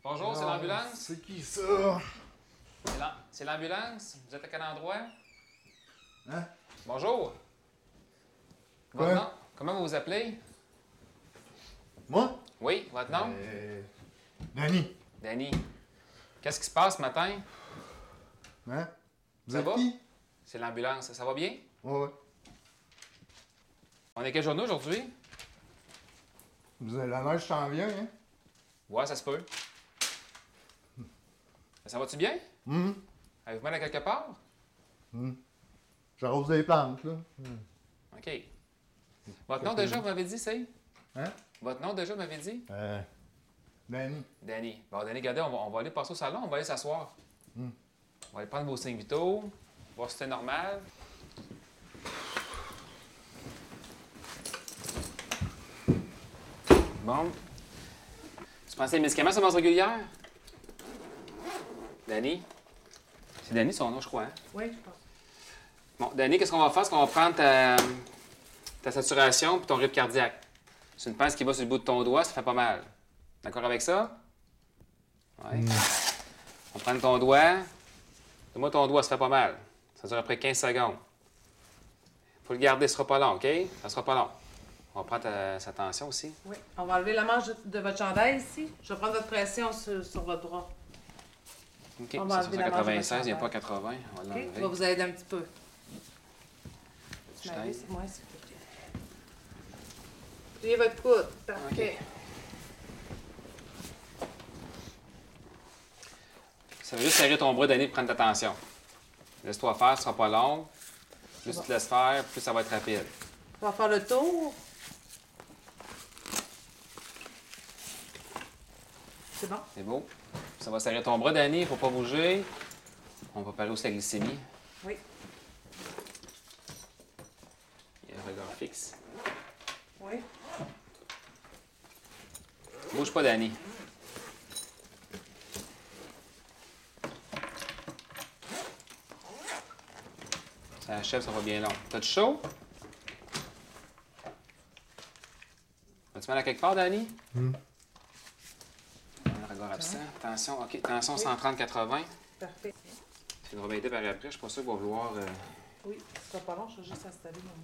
Bonjour, c'est l'ambulance? C'est qui ça? C'est l'ambulance? Vous êtes à quel endroit? Hein? Bonjour! Votre nom? Comment vous vous appelez? Moi? Oui, votre nom? Danny. Danny. Qu'est-ce qui se passe ce matin? Hein? Vous Ça êtes va? qui? C'est l'ambulance. Ça va bien? Ouais. On est quelle journée aujourd'hui? Vous avez la neige s'en vient, hein? Ouais, ça se peut. Ça va-tu bien? Avez-vous mal à quelque part? J'arrose des plantes, là. OK. Votre nom déjà, vous m'avez dit, c'est? Hein? Votre nom déjà, vous m'avez dit? Danny. Danny. Bon, Danny, regardez, on va aller passer au salon, on va aller s'asseoir. On va aller prendre vos signes vitaux, voir si c'est normal. Bon. Tu prends ces médicaments sur base régulière? Danny? C'est Danny son nom, je crois, hein? Oui, je pense. Bon, Danny, qu'est-ce qu'on va faire? C'est qu'on va prendre ta saturation et ton rythme cardiaque. C'est une pince qui va sur le bout de ton doigt, ça fait pas mal. D'accord avec ça? Oui. On prend ton doigt. Donne-moi ton doigt, ça fait pas mal. Ça dure après 15 secondes. Faut le garder, ce sera pas long, OK? Ça sera pas long. On va prendre sa tension aussi. Oui. On va enlever la manche de votre chandail ici. Je vais prendre votre pression sur votre bras. OK, On va c'est enlever la manche de 96, il n'y a pas votre 80. On va OK? l'enlever. Je vais vous aider un petit peu. Je Tu m'aides, t'aide. c'est moi, s'il vous plaît. Pliez votre coude. Parfait. Ça veut juste serrer ton bras, Danny, pour prendre ta tension. Laisse-toi faire, ce sera pas long. Plus tu te laisses faire, plus ça va être rapide. On va faire le tour. C'est bon? C'est beau. Ça va serrer ton bras, Danny, il ne faut pas bouger. On va parer aussi la glycémie. Oui. Il y a un regard fixe. Oui. Bouge pas, Danny. Ça achève, ça va bien long. T'as-tu chaud? As-tu mal à quelque part, Danny? Un regard absent. Tension, OK. Tension 130-80. Parfait. Tu devras m'aider par après. Je suis pas sûr qu'il va vouloir... Oui, ce sera pas long, je vais juste installer mon...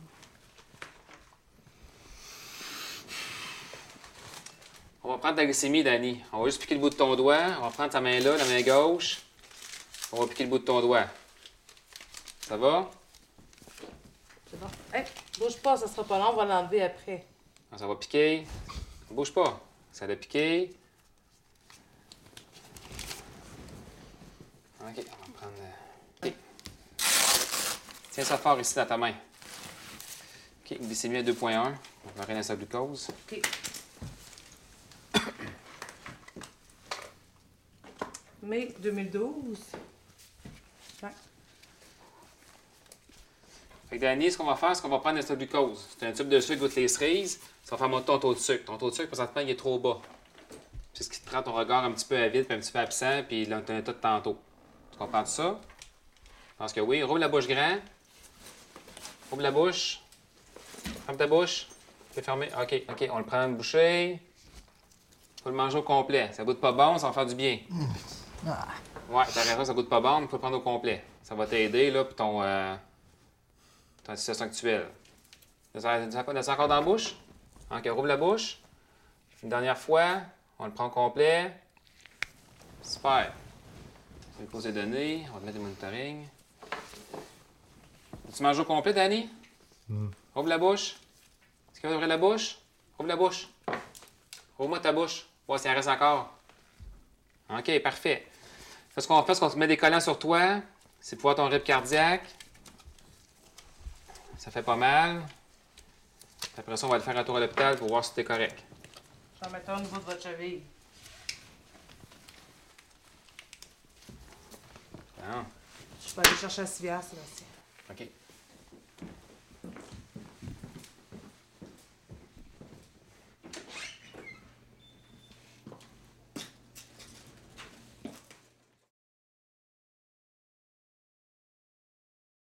On va prendre ta glycémie, Danny. On va juste piquer le bout de ton doigt. On va prendre ta main là, la main gauche. On va piquer le bout de ton doigt. Ça va? C'est bon. Hey, bouge pas, ça sera pas long, on va l'enlever après. Ça va piquer. Bouge pas. Ça a piqué. OK, on va prendre... OK. Tiens ça fort ici dans ta main. OK, glycémie à 2,1. On va rien à sa glucose. OK. Mai 2012. Ouais. Fait que Danny, ce qu'on va faire, c'est qu'on va prendre notre glucose. C'est un tube de sucre goûte les cerises. Ça va faire monter ton taux de sucre. Ton taux de sucre, présentement, il est trop bas. C'est ce qui te rend ton regard un petit peu avide, puis un petit peu absent, puis là, tu as un tas de tantôt. Tu comprends ça? Je pense que oui. Rouvre la bouche grand. Ouvre la bouche. Ferme ta bouche. Tu peux fermer. OK, OK. On le prend une bouchée. Faut le manger au complet. Ça goûte pas bon, ça va faire du bien. Ouais, t'as raison, ça goûte pas bon, mais faut le prendre au complet. Ça va t'aider, là, pour ton situation actuelle. Laisse encore dans la bouche? OK, rouvre la bouche. Une dernière fois, on le prend au complet. Super. C'est le pose des données. On va te mettre des monitoring. Tu manges au complet, Danny? Rouvre la bouche. Est-ce qu'il va ouvrir la bouche? Rouvre la bouche. Rouvre-moi ta bouche. Voir s'il en reste encore. OK, parfait. Ce qu'on va faire, c'est qu'on te met des collants sur toi. C'est pour voir ton rythme cardiaque. Ça fait pas mal. Après ça, on va le faire un tour à l'hôpital pour voir si t'es correct. Je vais mettre un au niveau de votre cheville. Bon. Je vais aller chercher la civière, Sébastien. OK.